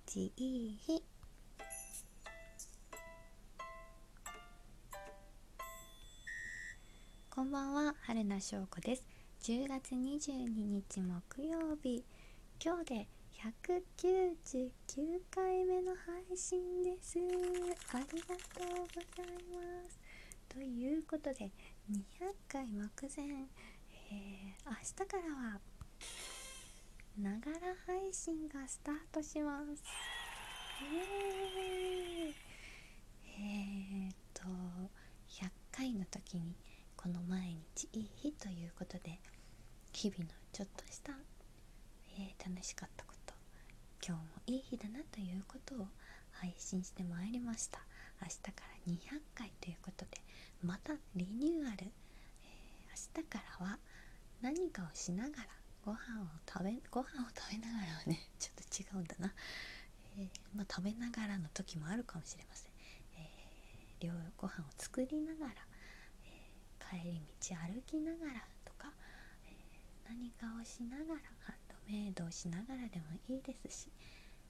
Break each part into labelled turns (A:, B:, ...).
A: ちいい日。こんばんは、春名翔子です。10月22日木曜日、今日で199回目の配信です。ありがとうございます。ということで200回目前、明日からはながら配信がスタートします。100回の時にこの毎日いい日ということで、日々のちょっとした、楽しかったこと、今日もいい日だなということを配信してまいりました。明日から200回ということで、またリニューアル、明日からは何かをしながらご飯を食べながらはね、ちょっと違うんだな。食べながらの時もあるかもしれません。ご飯を作りながら、帰り道歩きながらとか、何かをしながら、ハンドメイドをしながらでもいいですし、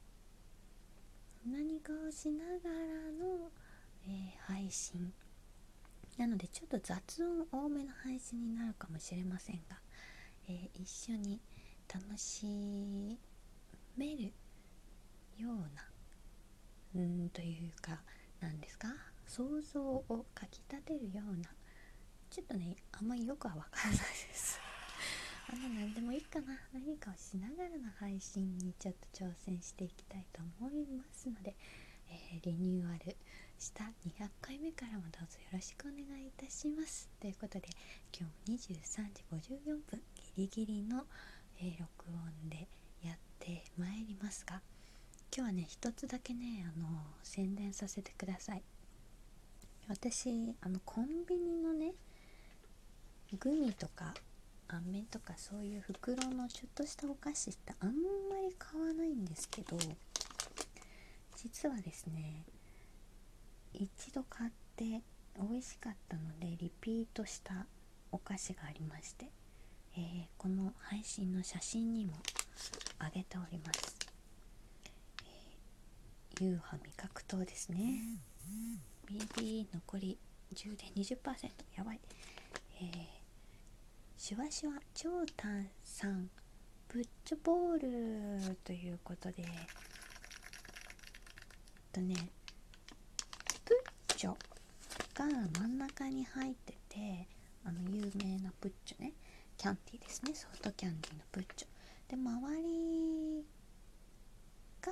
A: 何かをしながらの、配信なので、ちょっと雑音多めの配信になるかもしれませんが、一緒に楽しめるようなというか、何ですか、想像をかきたてるような、ちょっとね、あんまりよくは分からないです何でもいいかな、何かをしながらの配信にちょっと挑戦していきたいと思いますので、リニューアルした200回目からもどうぞよろしくお願いいたします。ということで、今日23時54分ギリギリの、録音でやってまいりますが、今日はね、一つだけね、宣伝させてください。私、コンビニのね、グミとか飴とか、そういう袋のちょっとしたお菓子ってあんまり買わないんですけど、実はですね、一度買って美味しかったのでリピートしたお菓子がありまして、この配信の写真にもあげております。ユーハ味覚糖ですね。BB 残り充電 20%、 やばい。シュワシュワ超炭酸プッチョボールということで、プッチョが真ん中に入ってて、有名なプッチョね、キャンディーですね、ソフトキャンディーのプッチョで、周りが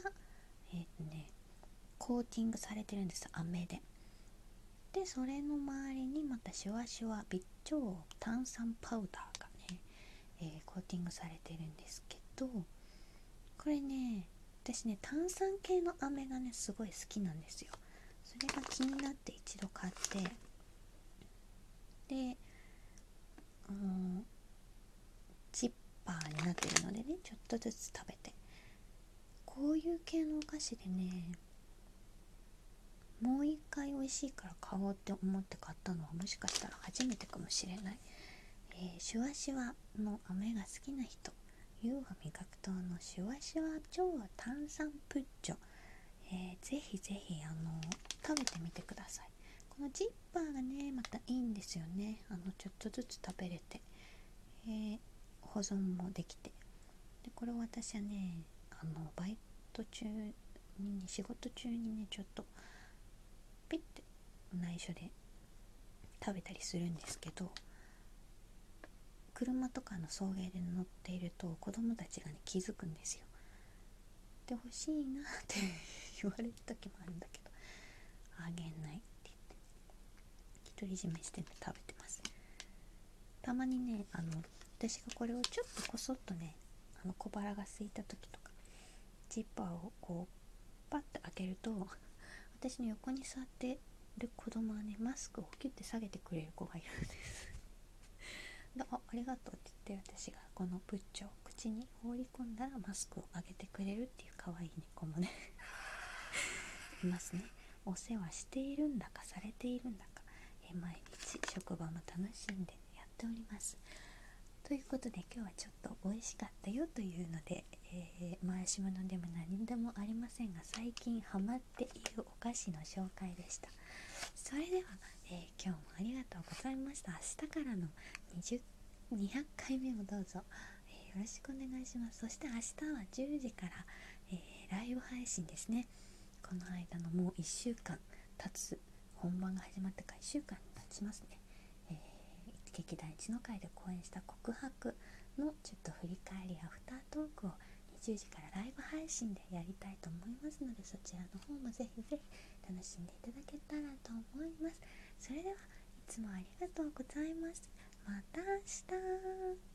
A: コーティングされてるんです、飴で。でそれの周りにまたシュワシュワ微超炭酸パウダーがね、コーティングされてるんですけど、これね、私ね、炭酸系の飴がねすごい好きなんですよ。それが気になって一度買って、でジッパーになってるのでね、ちょっとずつ食べて、こういう系のお菓子でね、もう一回美味しいから買おうって思って買ったのは、もしかしたら初めてかもしれない。シュワシュワの飴が好きな人、ユーハ味覚糖のシュワシュワ超炭酸プッチョ、ぜひぜひ食べてみてください。このジッパーがねまたいいんですよね。ちょっとずつ食べれて、保存もできて、でこれを私はね、バイト中にね、仕事中にね、ちょっとピッて内緒で食べたりするんですけど、車とかの送迎で乗っていると子供たちがね気づくんですよ。で、欲しいなって言われる時もあるんだけど、あげないって言って独り占めして食べてます。たまにね、私がこれをちょっとこそっとね、小腹が空いた時とか、ジッパーをこうパッと開けると、私の横に座ってる子供はね、マスクをキュッて下げてくれる子がいるんですで、ありがとうって言って、私がこのプッチョを口に放り込んだらマスクを上げてくれるっていう可愛い猫もねいますね。お世話しているんだかされているんだか、毎日職場も楽しんでやっております。 ということで今日はちょっと美味しかったよというので、回し物でも何でもありませんが、最近ハマっているお菓子の紹介でした。それでは、今日もありがとうございました。明日からの200回目もどうぞ、よろしくお願いします。そして明日は10時から、ライブ配信ですね。この間のもう1週間経つ、本番が始まってから1週間経ちますね。劇団一の会で公演した告白のちょっと振り返りアフタートークを20時からライブ配信でやりたいと思いますので、そちらの方もぜひぜひ楽しんでいただけたらと思います。それではいつもありがとうございます。また明日。